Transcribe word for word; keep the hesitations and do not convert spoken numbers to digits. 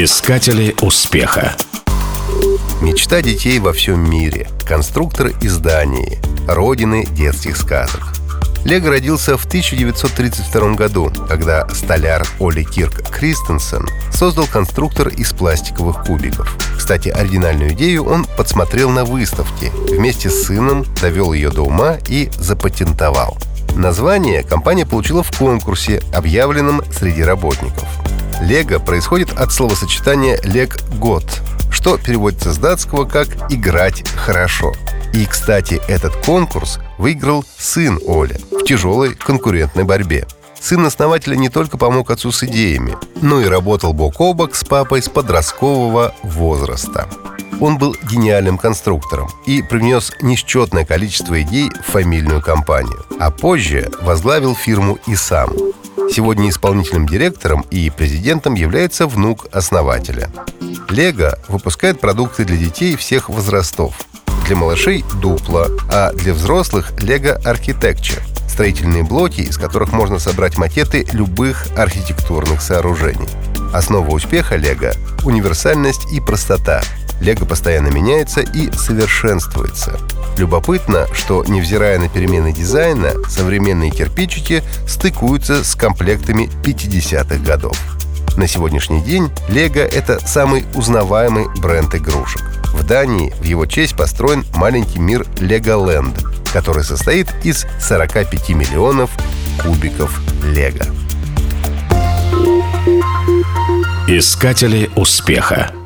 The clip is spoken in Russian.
Искатели успеха. Мечта детей во всем мире. Конструктор из Дании. Родины детских сказок. Лего родился в тысяча девятьсот тридцать втором году, когда столяр Оле Кирк Кристенсен создал конструктор из пластиковых кубиков. Кстати, оригинальную идею он подсмотрел на выставке, вместе с сыном довел ее до ума и запатентовал. Название компания получила в конкурсе, объявленном среди работников. Лего происходит от словосочетания «лег гот», что переводится с датского как «играть хорошо». И, кстати, этот конкурс выиграл сын Оли в тяжелой конкурентной борьбе. Сын основателя не только помог отцу с идеями, но и работал бок о бок с папой с подросткового возраста. Он был гениальным конструктором и привнес несчетное количество идей в фамильную компанию, а позже возглавил фирму и сам. Сегодня исполнительным директором и президентом является внук основателя. Лего выпускает продукты для детей всех возрастов. Для малышей – Duplo, а для взрослых – Lego Architecture – строительные блоки, из которых можно собрать макеты любых архитектурных сооружений. Основа успеха Лего – универсальность и простота. Лего постоянно меняется и совершенствуется. Любопытно, что, невзирая на перемены дизайна, современные кирпичики стыкуются с комплектами пятидесятых годов. На сегодняшний день Лего — это самый узнаваемый бренд игрушек. В Дании в его честь построен маленький мир Леголенд, который состоит из сорока пяти миллионов кубиков Лего. Искатели успеха.